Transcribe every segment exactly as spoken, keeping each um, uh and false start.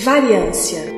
Variância.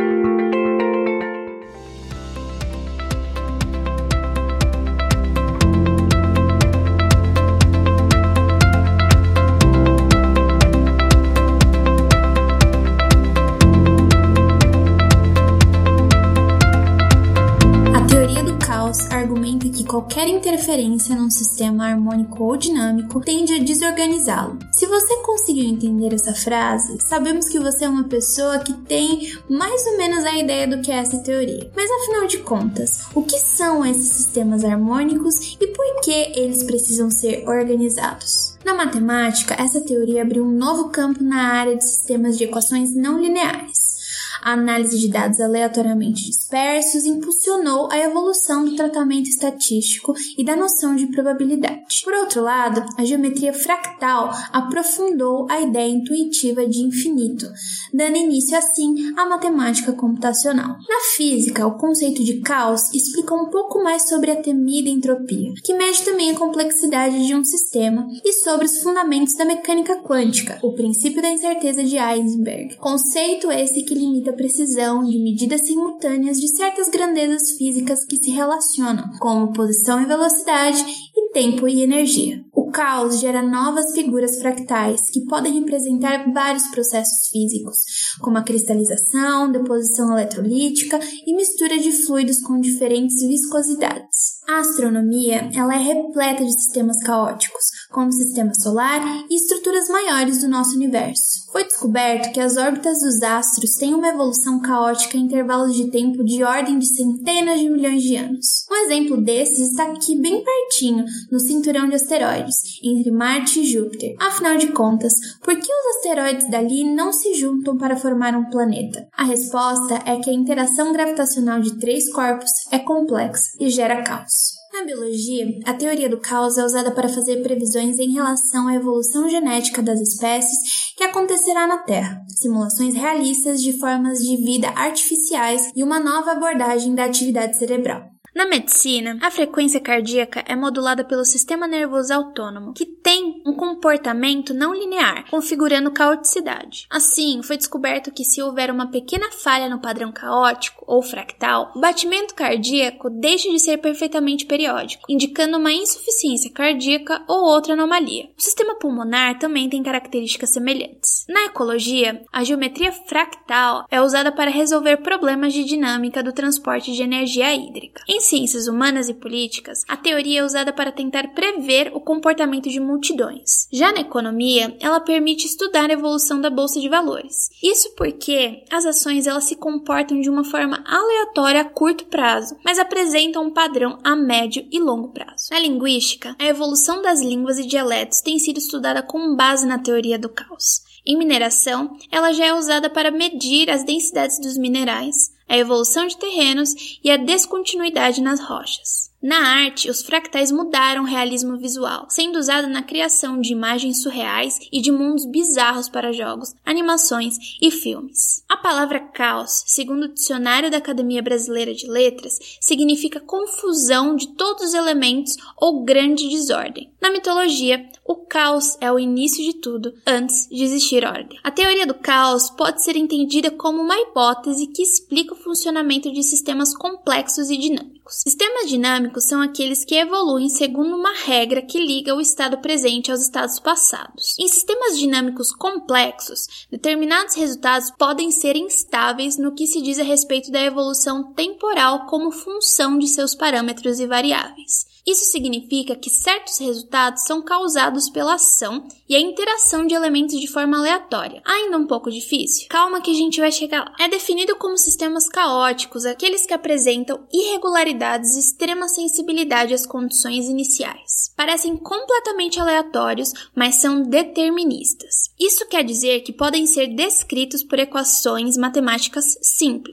Argumenta que qualquer interferência num sistema harmônico ou dinâmico tende a desorganizá-lo. Se você conseguiu entender essa frase, sabemos que você é uma pessoa que tem mais ou menos a ideia do que é essa teoria. Mas afinal de contas, o que são esses sistemas harmônicos e por que eles precisam ser organizados? Na matemática, essa teoria abriu um novo campo na área de sistemas de equações não lineares. A análise de dados aleatoriamente dispersos impulsionou a evolução do tratamento estatístico e da noção de probabilidade. Por outro lado, a geometria fractal aprofundou a ideia intuitiva de infinito, dando início assim à matemática computacional. Na física, o conceito de caos explica um pouco mais sobre a temida entropia, que mede também a complexidade de um sistema, e sobre os fundamentos da mecânica quântica, o princípio da incerteza de Heisenberg, conceito esse que limita a precisão de medidas simultâneas de certas grandezas físicas que se relacionam, como posição e velocidade, e tempo e energia. O caos gera novas figuras fractais que podem representar vários processos físicos, como a cristalização, deposição eletrolítica e mistura de fluidos com diferentes viscosidades. A astronomia, ela é repleta de sistemas caóticos, como o sistema solar e estruturas maiores do nosso universo. Foi descoberto que as órbitas dos astros têm uma evolução caótica em intervalos de tempo de ordem de centenas de milhões de anos. Um exemplo desses está aqui bem pertinho, no cinturão de asteroides, entre Marte e Júpiter. Afinal de contas, por que os asteroides dali não se juntam para formar um planeta? A resposta é que a interação gravitacional de três corpos é complexa e gera caos. Na biologia, a teoria do caos é usada para fazer previsões em relação à evolução genética das espécies que acontecerá na Terra, simulações realistas de formas de vida artificiais e uma nova abordagem da atividade cerebral. Na medicina, a frequência cardíaca é modulada pelo sistema nervoso autônomo, que tem um comportamento não linear, configurando caoticidade. Assim, foi descoberto que se houver uma pequena falha no padrão caótico ou fractal, o batimento cardíaco deixa de ser perfeitamente periódico, indicando uma insuficiência cardíaca ou outra anomalia. O sistema pulmonar também tem características semelhantes. Na ecologia, a geometria fractal é usada para resolver problemas de dinâmica do transporte de energia hídrica. Em ciências humanas e políticas, a teoria é usada para tentar prever o comportamento de multidões. Já na economia, ela permite estudar a evolução da bolsa de valores. Isso porque as ações elas se comportam de uma forma aleatória a curto prazo, mas apresentam um padrão a médio e longo prazo. Na linguística, a evolução das línguas e dialetos tem sido estudada com base na teoria do caos. Em mineração, ela já é usada para medir as densidades dos minerais, a evolução de terrenos e a descontinuidade nas rochas. Na arte, os fractais mudaram o realismo visual, sendo usado na criação de imagens surreais e de mundos bizarros para jogos, animações e filmes. A palavra caos, segundo o Dicionário da Academia Brasileira de Letras, significa confusão de todos os elementos ou grande desordem. Na mitologia, o caos é o início de tudo, antes de existir ordem. A teoria do caos pode ser entendida como uma hipótese que explica o funcionamento de sistemas complexos e dinâmicos. Sistemas dinâmicos são aqueles que evoluem segundo uma regra que liga o estado presente aos estados passados. Em sistemas dinâmicos complexos, determinados resultados podem ser instáveis no que se diz a respeito da evolução temporal como função de seus parâmetros e variáveis. Isso significa que certos resultados são causados pela ação e a interação de elementos de forma aleatória. Ainda um pouco difícil? Calma que a gente vai chegar lá. É definido como sistemas caóticos aqueles que apresentam irregularidades e extrema sensibilidade às condições iniciais. Parecem completamente aleatórios, mas são deterministas. Isso quer dizer que podem ser descritos por equações matemáticas simples.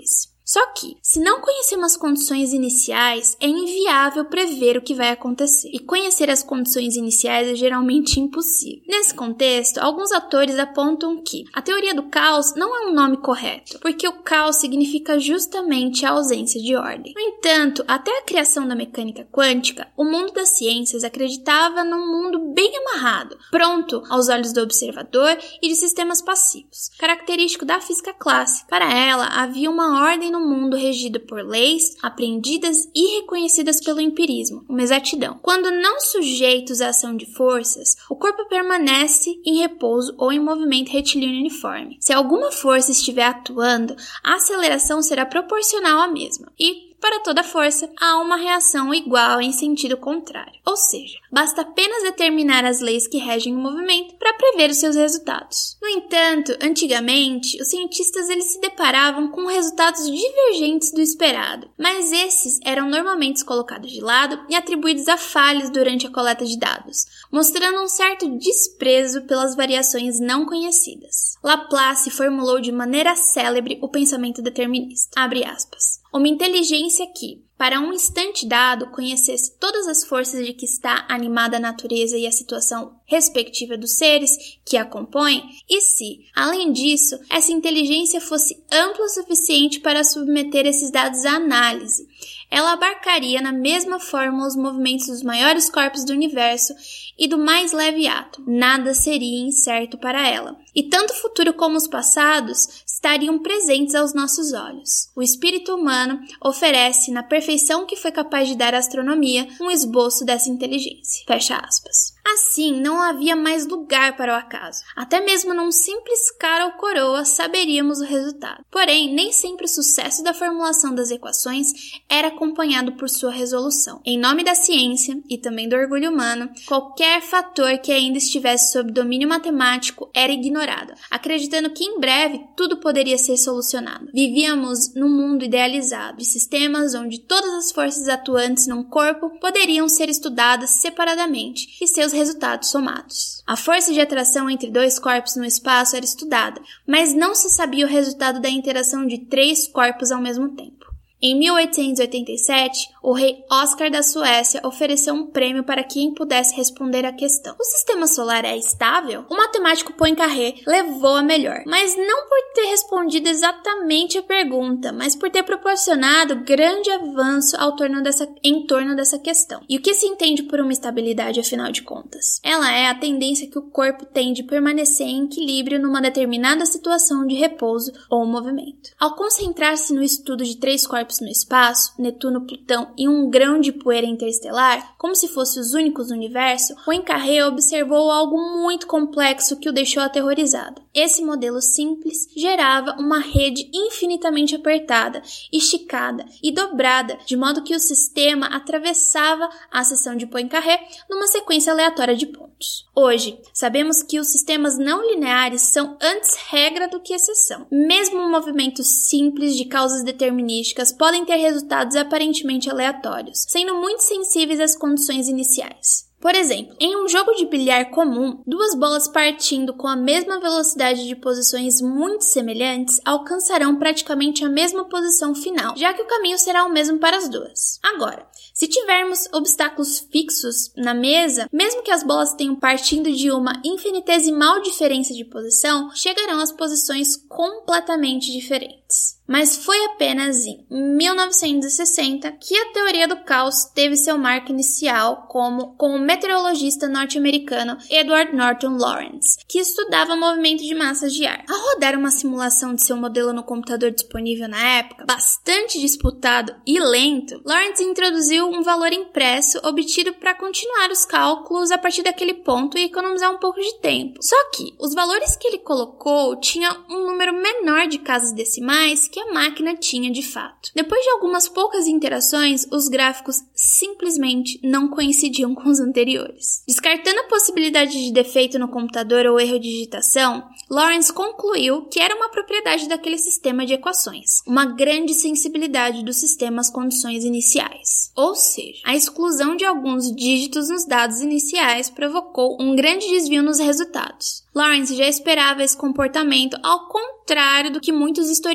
Só que, se não conhecemos as condições iniciais, é inviável prever o que vai acontecer. E conhecer as condições iniciais é geralmente impossível. Nesse contexto, alguns autores apontam que a teoria do caos não é um nome correto, porque o caos significa justamente a ausência de ordem. No entanto, até a criação da mecânica quântica, o mundo das ciências acreditava num mundo bem amarrado, pronto aos olhos do observador e de sistemas passivos, característico da física clássica. Para ela, havia uma ordem no mundo regido por leis aprendidas e reconhecidas pelo empirismo, uma exatidão. Quando não sujeitos à ação de forças, o corpo permanece em repouso ou em movimento retilíneo uniforme. Se alguma força estiver atuando, a aceleração será proporcional à mesma e, para toda força, há uma reação igual em sentido contrário. Ou seja, basta apenas determinar as leis que regem o movimento para prever os seus resultados. No entanto, antigamente, os cientistas eles se deparavam com resultados divergentes do esperado, mas esses eram normalmente colocados de lado e atribuídos a falhas durante a coleta de dados, mostrando um certo desprezo pelas variações não conhecidas. Laplace formulou de maneira célebre o pensamento determinista. Abre aspas. Uma inteligência que, para um instante dado, conhecesse todas as forças de que está animada a natureza e a situação respectiva dos seres que a compõem, e se, além disso, essa inteligência fosse ampla o suficiente para submeter esses dados à análise, ela abarcaria na mesma forma os movimentos dos maiores corpos do universo e do mais leve átomo. Nada seria incerto para ela. E tanto o futuro como os passados estariam presentes aos nossos olhos. O espírito humano oferece, na perfeição que foi capaz de dar à astronomia, um esboço dessa inteligência. Fecha aspas. Assim, não havia mais lugar para o acaso. Até mesmo num simples cara ou coroa saberíamos o resultado. Porém, nem sempre o sucesso da formulação das equações era acompanhado por sua resolução. Em nome da ciência e também do orgulho humano, qualquer fator que ainda estivesse sob domínio matemático era ignorado, acreditando que em breve tudo poderia ser solucionado. Vivíamos num mundo idealizado, de sistemas onde todas as forças atuantes num corpo poderiam ser estudadas separadamente e seus resultados somados. A força de atração entre dois corpos no espaço era estudada, mas não se sabia o resultado da interação de três corpos ao mesmo tempo. Em mil oitocentos e oitenta e sete, o rei Oscar da Suécia ofereceu um prêmio para quem pudesse responder à questão. O sistema solar é estável? O matemático Poincaré levou a melhor, mas não por ter respondido exatamente a pergunta, mas por ter proporcionado grande avanço ao torno dessa, em torno dessa questão. E o que se entende por uma estabilidade, afinal de contas? Ela é a tendência que o corpo tem de permanecer em equilíbrio numa determinada situação de repouso ou movimento. Ao concentrar-se no estudo de três corpos no espaço, Netuno, Plutão e um grão de poeira interestelar, como se fossem os únicos no universo, Poincaré observou algo muito complexo que o deixou aterrorizado. Esse modelo simples gerava uma rede infinitamente apertada, esticada e dobrada, de modo que o sistema atravessava a seção de Poincaré numa sequência aleatória de pontos. Hoje, sabemos que os sistemas não lineares são antes regra do que exceção. Mesmo movimentos simples de causas determinísticas podem ter resultados aparentemente aleatórios, sendo muito sensíveis às condições iniciais. Por exemplo, em um jogo de bilhar comum, duas bolas partindo com a mesma velocidade de posições muito semelhantes alcançarão praticamente a mesma posição final, já que o caminho será o mesmo para as duas. Agora, se tivermos obstáculos fixos na mesa, mesmo que as bolas tenham partindo de uma infinitesimal diferença de posição, chegarão às posições completamente diferentes. Mas foi apenas em mil novecentos e sessenta que a teoria do caos teve seu marco inicial como com o meteorologista norte-americano Edward Norton Lawrence, que estudava o movimento de massas de ar. Ao rodar uma simulação de seu modelo no computador disponível na época, bastante disputado e lento, Lawrence introduziu um valor impresso obtido para continuar os cálculos a partir daquele ponto e economizar um pouco de tempo. Só que os valores que ele colocou tinham um número menor de casas decimais que a máquina tinha de fato. Depois de algumas poucas interações, os gráficos simplesmente não coincidiam com os anteriores. Descartando a possibilidade de defeito no computador ou erro de digitação, Lawrence concluiu que era uma propriedade daquele sistema de equações, uma grande sensibilidade do sistema às condições iniciais. Ou seja, a exclusão de alguns dígitos nos dados iniciais provocou um grande desvio nos resultados. Lawrence já esperava esse comportamento, ao contrário do que muitos historiadores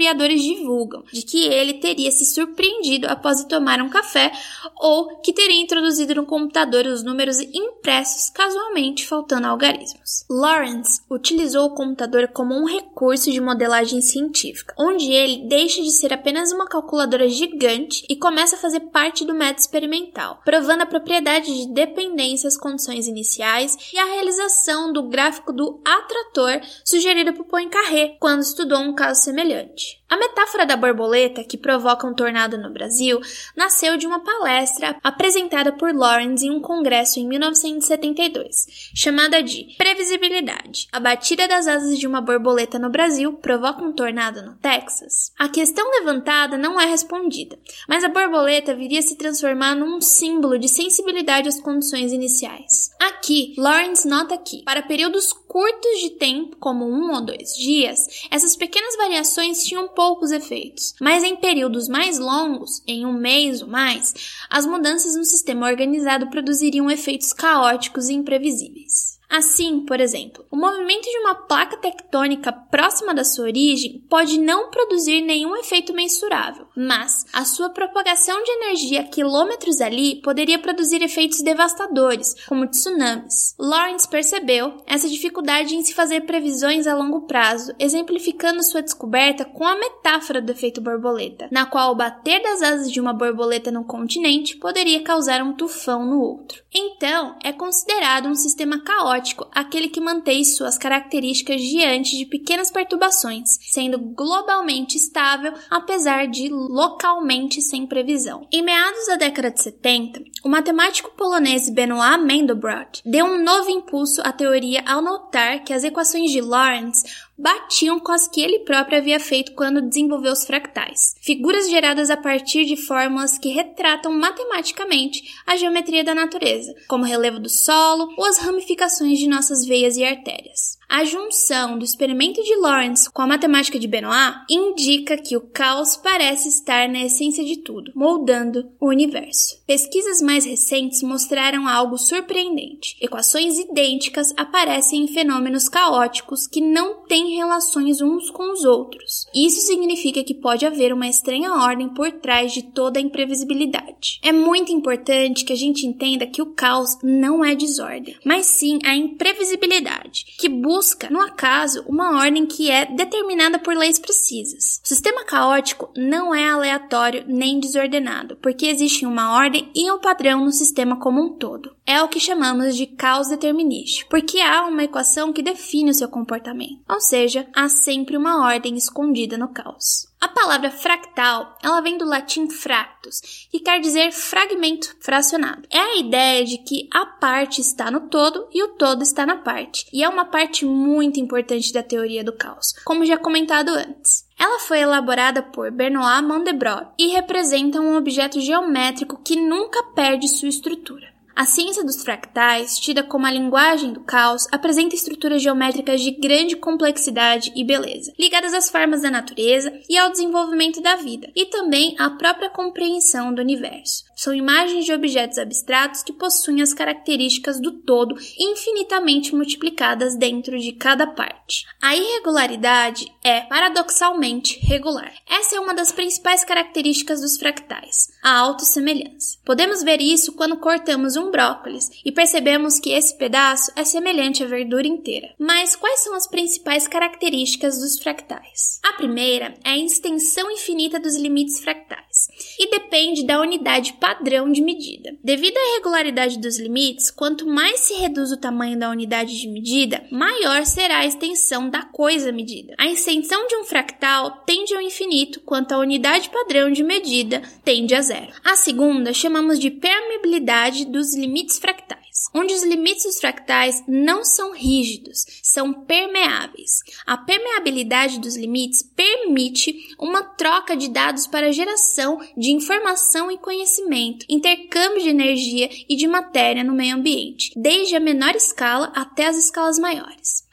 divulgam, de que ele teria se surpreendido após tomar um café ou que teria introduzido no computador os números impressos casualmente faltando algarismos. Lawrence utilizou o computador como um recurso de modelagem científica, onde ele deixa de ser apenas uma calculadora gigante e começa a fazer parte do método experimental, provando a propriedade de dependência às condições iniciais e a realização do gráfico do atrator sugerido por Poincaré quando estudou um caso semelhante. A metáfora da borboleta que provoca um tornado no Brasil nasceu de uma palestra apresentada por Lawrence em um congresso em mil novecentos e setenta e dois, chamada de Previsibilidade. A batida das asas de uma borboleta no Brasil provoca um tornado no Texas? A questão levantada não é respondida, mas a borboleta viria a se transformar num símbolo de sensibilidade às condições iniciais. Aqui, Lawrence nota que, para períodos curtos de tempo, como um ou dois dias, essas pequenas variações tinham poucos efeitos, mas em períodos mais longos, em um mês ou mais, as mudanças no sistema organizado produziriam efeitos caóticos e imprevisíveis. Assim, por exemplo, o movimento de uma placa tectônica próxima da sua origem pode não produzir nenhum efeito mensurável, mas a sua propagação de energia a quilômetros ali poderia produzir efeitos devastadores, como tsunamis. Lawrence percebeu essa dificuldade em se fazer previsões a longo prazo, exemplificando sua descoberta com a metáfora do efeito borboleta, na qual o bater das asas de uma borboleta num continente poderia causar um tufão no outro. Então, é considerado um sistema caótico aquele que mantém suas características diante de pequenas perturbações, sendo globalmente estável, apesar de localmente sem previsão. Em meados da década de setenta, o matemático polonês Benoit Mandelbrot deu um novo impulso à teoria ao notar que as equações de Lawrence batiam com as que ele próprio havia feito quando desenvolveu os fractais, figuras geradas a partir de fórmulas que retratam matematicamente a geometria da natureza, como o relevo do solo ou as ramificações de nossas veias e artérias. A junção do experimento de Lawrence com a matemática de Benoit indica que o caos parece estar na essência de tudo, moldando o universo. Pesquisas mais recentes mostraram algo surpreendente. Equações idênticas aparecem em fenômenos caóticos que não têm relações uns com os outros. Isso significa que pode haver uma estranha ordem por trás de toda a imprevisibilidade. É muito importante que a gente entenda que o caos não é desordem, mas sim a imprevisibilidade, que busca, no acaso, uma ordem que é determinada por leis precisas. O sistema caótico não é aleatório nem desordenado, porque existe uma ordem e um padrão no sistema como um todo. É o que chamamos de caos determinístico, porque há uma equação que define o seu comportamento, ou seja, há sempre uma ordem escondida no caos. A palavra fractal, ela vem do latim fractus, que quer dizer fragmento fracionado. É a ideia de que a parte está no todo e o todo está na parte, e é uma parte muito importante da teoria do caos, como já comentado antes. Ela foi elaborada por Benoit Mandelbrot e representa um objeto geométrico que nunca perde sua estrutura. A ciência dos fractais, tida como a linguagem do caos, apresenta estruturas geométricas de grande complexidade e beleza, ligadas às formas da natureza e ao desenvolvimento da vida, e também à própria compreensão do universo. São imagens de objetos abstratos que possuem as características do todo infinitamente multiplicadas dentro de cada parte. A irregularidade é, paradoxalmente, regular. Essa é uma das principais características dos fractais, a autossemelhança. Podemos ver isso quando cortamos um brócolis e percebemos que esse pedaço é semelhante à verdura inteira. Mas quais são as principais características dos fractais? A primeira é a extensão infinita dos limites fractais e depende da unidade padrão de medida. Devido à irregularidade dos limites, quanto mais se reduz o tamanho da unidade de medida, maior será a extensão da coisa medida. A extensão de um fractal tende ao infinito, quanto a unidade padrão de medida tende a zero. A segunda chamamos de permeabilidade dos limites fractais, onde os limites dos fractais não são rígidos, são permeáveis. A permeabilidade dos limites permite uma troca de dados para geração de informação e conhecimento, intercâmbio de energia e de matéria no meio ambiente, desde a menor escala até as escalas maiores.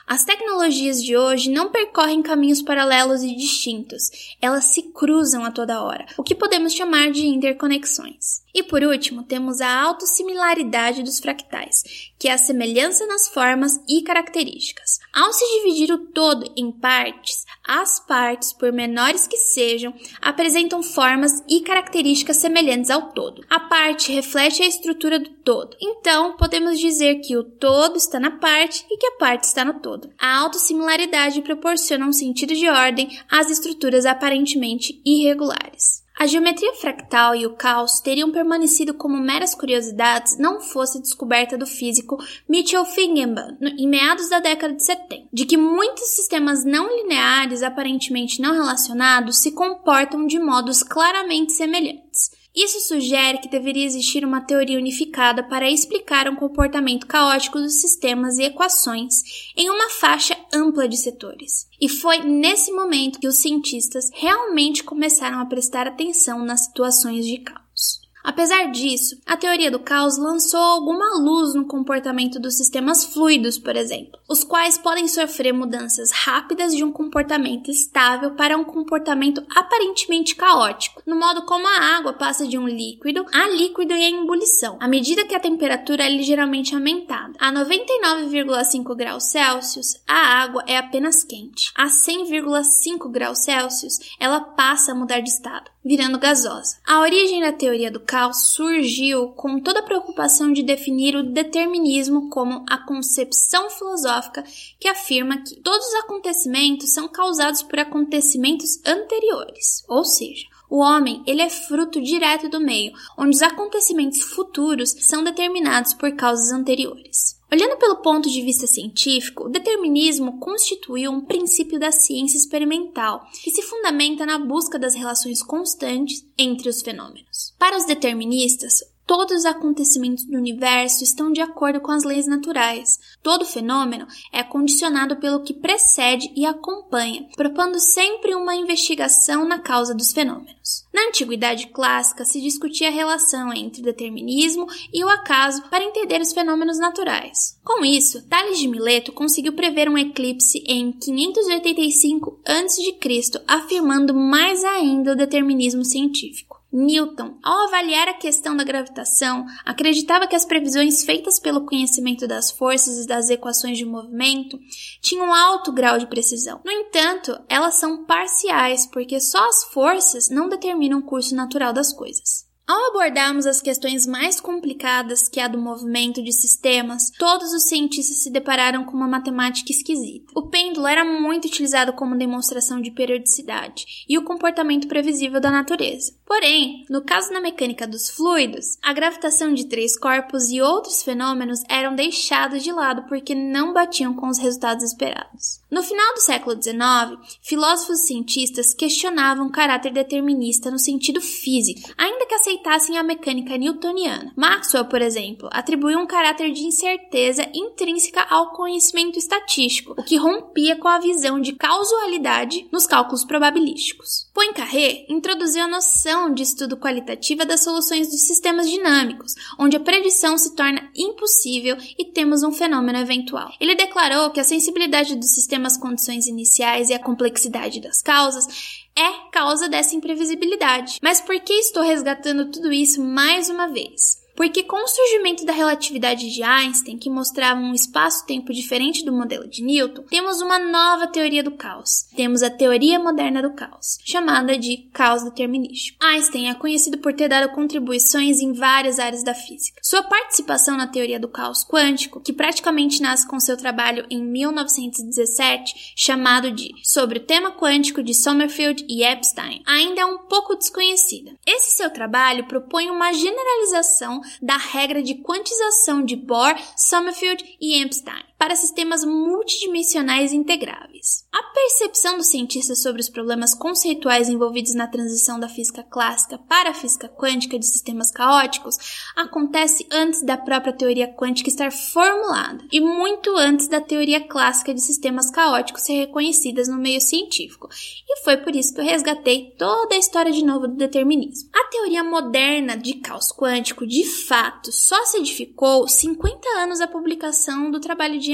As tecnologias de hoje não percorrem caminhos paralelos e distintos, elas se cruzam a toda hora, o que podemos chamar de interconexões. E por último, temos a autossimilaridade dos fractais, que é a semelhança nas formas e características. Ao se dividir o todo em partes, as partes, por menores que sejam, apresentam formas e características semelhantes ao todo. A parte reflete a estrutura do todo. Então, podemos dizer que o todo está na parte e que a parte está no todo. A autossimilaridade proporciona um sentido de ordem às estruturas aparentemente irregulares. A geometria fractal e o caos teriam permanecido como meras curiosidades não fosse descoberta do físico Mitchell Feigenbaum em meados da década de setenta, de que muitos sistemas não lineares aparentemente não relacionados se comportam de modos claramente semelhantes. Isso sugere que deveria existir uma teoria unificada para explicar um comportamento caótico dos sistemas e equações em uma faixa ampla de setores. E foi nesse momento que os cientistas realmente começaram a prestar atenção nas situações de caos. Apesar disso, a teoria do caos lançou alguma luz no comportamento dos sistemas fluidos, por exemplo, os quais podem sofrer mudanças rápidas de um comportamento estável para um comportamento aparentemente caótico, no modo como a água passa de um líquido a líquido em ebulição, à medida que a temperatura é ligeiramente aumentada. A noventa e nove vírgula cinco graus Celsius, a água é apenas quente. A cem vírgula cinco graus Celsius, ela passa a mudar de estado, virando gasosa. A origem da teoria do caos surgiu com toda a preocupação de definir o determinismo como a concepção filosófica que afirma que todos os acontecimentos são causados por acontecimentos anteriores, ou seja, o homem ele é fruto direto do meio, onde os acontecimentos futuros são determinados por causas anteriores. Olhando pelo ponto de vista científico, o determinismo constituiu um princípio da ciência experimental que se fundamenta na busca das relações constantes entre os fenômenos. Para os deterministas, todos os acontecimentos do universo estão de acordo com as leis naturais. Todo fenômeno é condicionado pelo que precede e acompanha, propondo sempre uma investigação na causa dos fenômenos. Na Antiguidade Clássica se discutia a relação entre o determinismo e o acaso para entender os fenômenos naturais. Com isso, Tales de Mileto conseguiu prever um eclipse em quinhentos e oitenta e cinco antes de Cristo, afirmando mais ainda o determinismo científico. Newton, ao avaliar a questão da gravitação, acreditava que as previsões feitas pelo conhecimento das forças e das equações de movimento tinham um alto grau de precisão. No entanto, elas são parciais, porque só as forças não determinam o curso natural das coisas. Ao abordarmos as questões mais complicadas que a do movimento de sistemas, todos os cientistas se depararam com uma matemática esquisita. O pêndulo era muito utilizado como demonstração de periodicidade e o comportamento previsível da natureza. Porém, no caso da mecânica dos fluidos, a gravitação de três corpos e outros fenômenos eram deixados de lado porque não batiam com os resultados esperados. No final do século dezenove, filósofos e cientistas questionavam o caráter determinista no sentido físico, ainda que aceitassem a mecânica newtoniana. Maxwell, por exemplo, atribuiu um caráter de incerteza intrínseca ao conhecimento estatístico, o que rompia com a visão de causalidade nos cálculos probabilísticos. Poincaré introduziu a noção de estudo qualitativa das soluções dos sistemas dinâmicos, onde a predição se torna impossível e temos um fenômeno eventual. Ele declarou que a sensibilidade dos sistemas às condições iniciais e a complexidade das causas é causa dessa imprevisibilidade. Mas por que estou resgatando tudo isso mais uma vez? Porque com o surgimento da relatividade de Einstein, que mostrava um espaço-tempo diferente do modelo de Newton, temos uma nova teoria do caos. Temos a teoria moderna do caos, chamada de caos determinístico. Einstein é conhecido por ter dado contribuições em várias áreas da física. Sua participação na teoria do caos quântico, que praticamente nasce com seu trabalho em mil novecentos e dezessete, chamado de Sobre o Tema Quântico de Sommerfeld e Epstein, ainda é um pouco desconhecida. Esse seu trabalho propõe uma generalização da regra de quantização de Bohr, Sommerfeld e Epstein para sistemas multidimensionais integráveis. A percepção dos cientistas sobre os problemas conceituais envolvidos na transição da física clássica para a física quântica de sistemas caóticos acontece antes da própria teoria quântica estar formulada e muito antes da teoria clássica de sistemas caóticos ser reconhecidas no meio científico. E foi por isso que eu resgatei toda a história de novo do determinismo. A teoria moderna de caos quântico, de fato, só se edificou cinquenta anos da publicação do trabalho de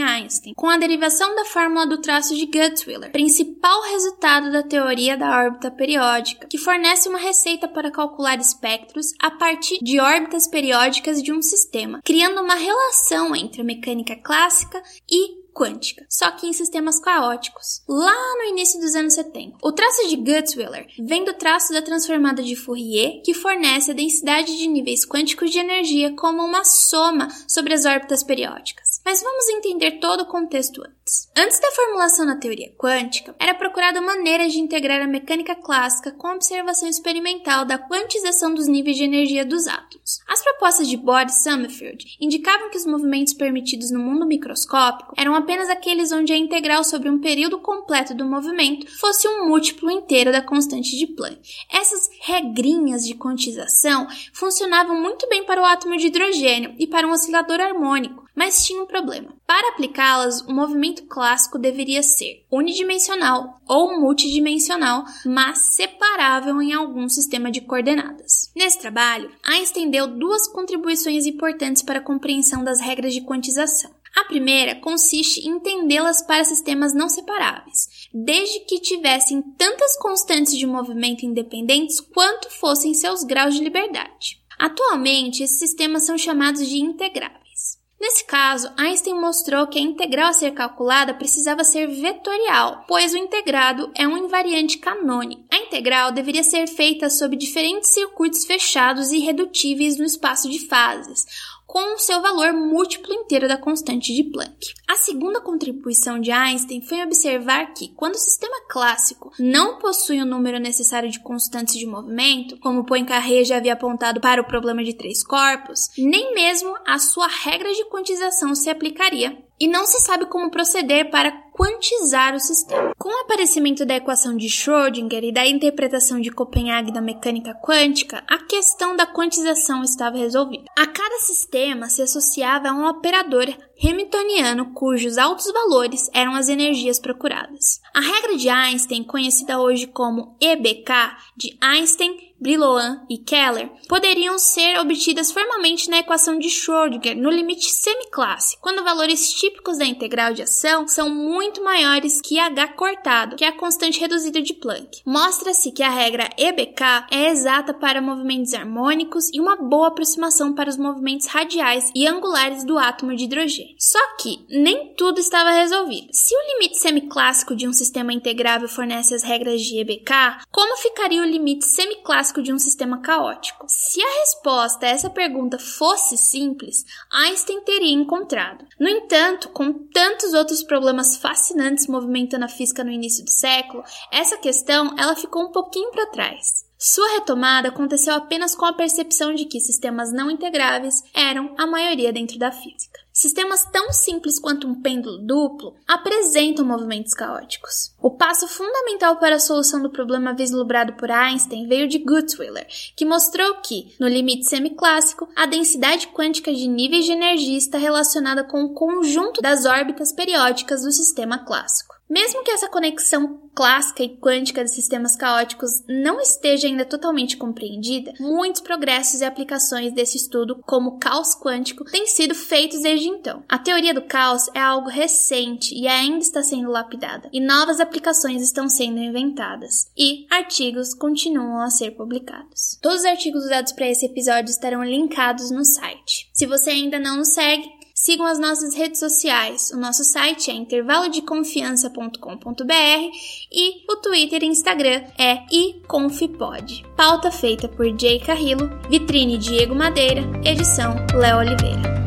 Einstein, com a derivação da fórmula do traço de Gutzwiller, principal resultado da teoria da órbita periódica, que fornece uma receita para calcular espectros a partir de órbitas periódicas de um sistema, criando uma relação entre a mecânica clássica e quântica, só que em sistemas caóticos, lá no início dos anos setenta. O traço de Gutzwiller vem do traço da transformada de Fourier, que fornece a densidade de níveis quânticos de energia como uma soma sobre as órbitas periódicas. Mas vamos entender todo o contexto antes. Antes da formulação da teoria quântica, era procurada maneiras de integrar a mecânica clássica com a observação experimental da quantização dos níveis de energia dos átomos. As propostas de Bohr e Sommerfeld indicavam que os movimentos permitidos no mundo microscópico eram apenas aqueles onde a integral sobre um período completo do movimento fosse um múltiplo inteiro da constante de Planck. Essas regrinhas de quantização funcionavam muito bem para o átomo de hidrogênio e para um oscilador harmônico, mas tinha um problema. Para aplicá-las, o movimento clássico deveria ser unidimensional ou multidimensional, mas separável em algum sistema de coordenadas. Nesse trabalho, Einstein deu duas contribuições importantes para a compreensão das regras de quantização. A primeira consiste em entendê-las para sistemas não separáveis, desde que tivessem tantas constantes de movimento independentes quanto fossem seus graus de liberdade. Atualmente, esses sistemas são chamados de integráveis. Nesse caso, Einstein mostrou que a integral a ser calculada precisava ser vetorial, pois o integrado é um invariante canônico. A integral deveria ser feita sob diferentes circuitos fechados e irredutíveis no espaço de fases, com o seu valor múltiplo inteiro da constante de Planck. A segunda contribuição de Einstein foi observar que, quando o sistema clássico não possui o número necessário de constantes de movimento, como Poincaré já havia apontado para o problema de três corpos, nem mesmo a sua regra de quantização se aplicaria, e não se sabe como proceder para quantizar o sistema. Com o aparecimento da equação de Schrödinger e da interpretação de Copenhague da mecânica quântica, a questão da quantização estava resolvida. A cada sistema se associava a um operador hamiltoniano cujos altos valores eram as energias procuradas. A regra de Einstein, conhecida hoje como E B K, de Einstein, Brillouin e Keller, poderiam ser obtidas formalmente na equação de Schrödinger no limite semiclássico, quando valores típicos da integral de ação são muito maiores que H cortado, que é a constante reduzida de Planck. Mostra-se que a regra E B K é exata para movimentos harmônicos e uma boa aproximação para os movimentos radiais e angulares do átomo de hidrogênio. Só que nem tudo estava resolvido. Se o limite semiclássico de um sistema integrável fornece as regras de E B K, como ficaria o limite semiclássico de um sistema caótico? Se a resposta a essa pergunta fosse simples, Einstein teria encontrado. No entanto, com tantos outros problemas fascinantes movimentando a física no início do século, essa questão ela ficou um pouquinho para trás. Sua retomada aconteceu apenas com a percepção de que sistemas não integráveis eram a maioria dentro da física. Sistemas tão simples quanto um pêndulo duplo apresentam movimentos caóticos. O passo fundamental para a solução do problema vislumbrado por Einstein veio de Gutzwiller, que mostrou que, no limite semiclássico, a densidade quântica de níveis de energia está relacionada com o conjunto das órbitas periódicas do sistema clássico. Mesmo que essa conexão clássica e quântica de sistemas caóticos não esteja ainda totalmente compreendida, muitos progressos e aplicações desse estudo, como caos quântico, têm sido feitos desde então. A teoria do caos é algo recente e ainda está sendo lapidada, e novas aplicações estão sendo inventadas, e artigos continuam a ser publicados. Todos os artigos usados para esse episódio estarão linkados no site. Se você ainda não nos segue, sigam as nossas redes sociais. O nosso site é intervalo de confiança ponto com ponto b r e o Twitter e Instagram é iconfpod. Pauta feita por Jay Carrillo, vitrine Diego Madeira, edição Léo Oliveira.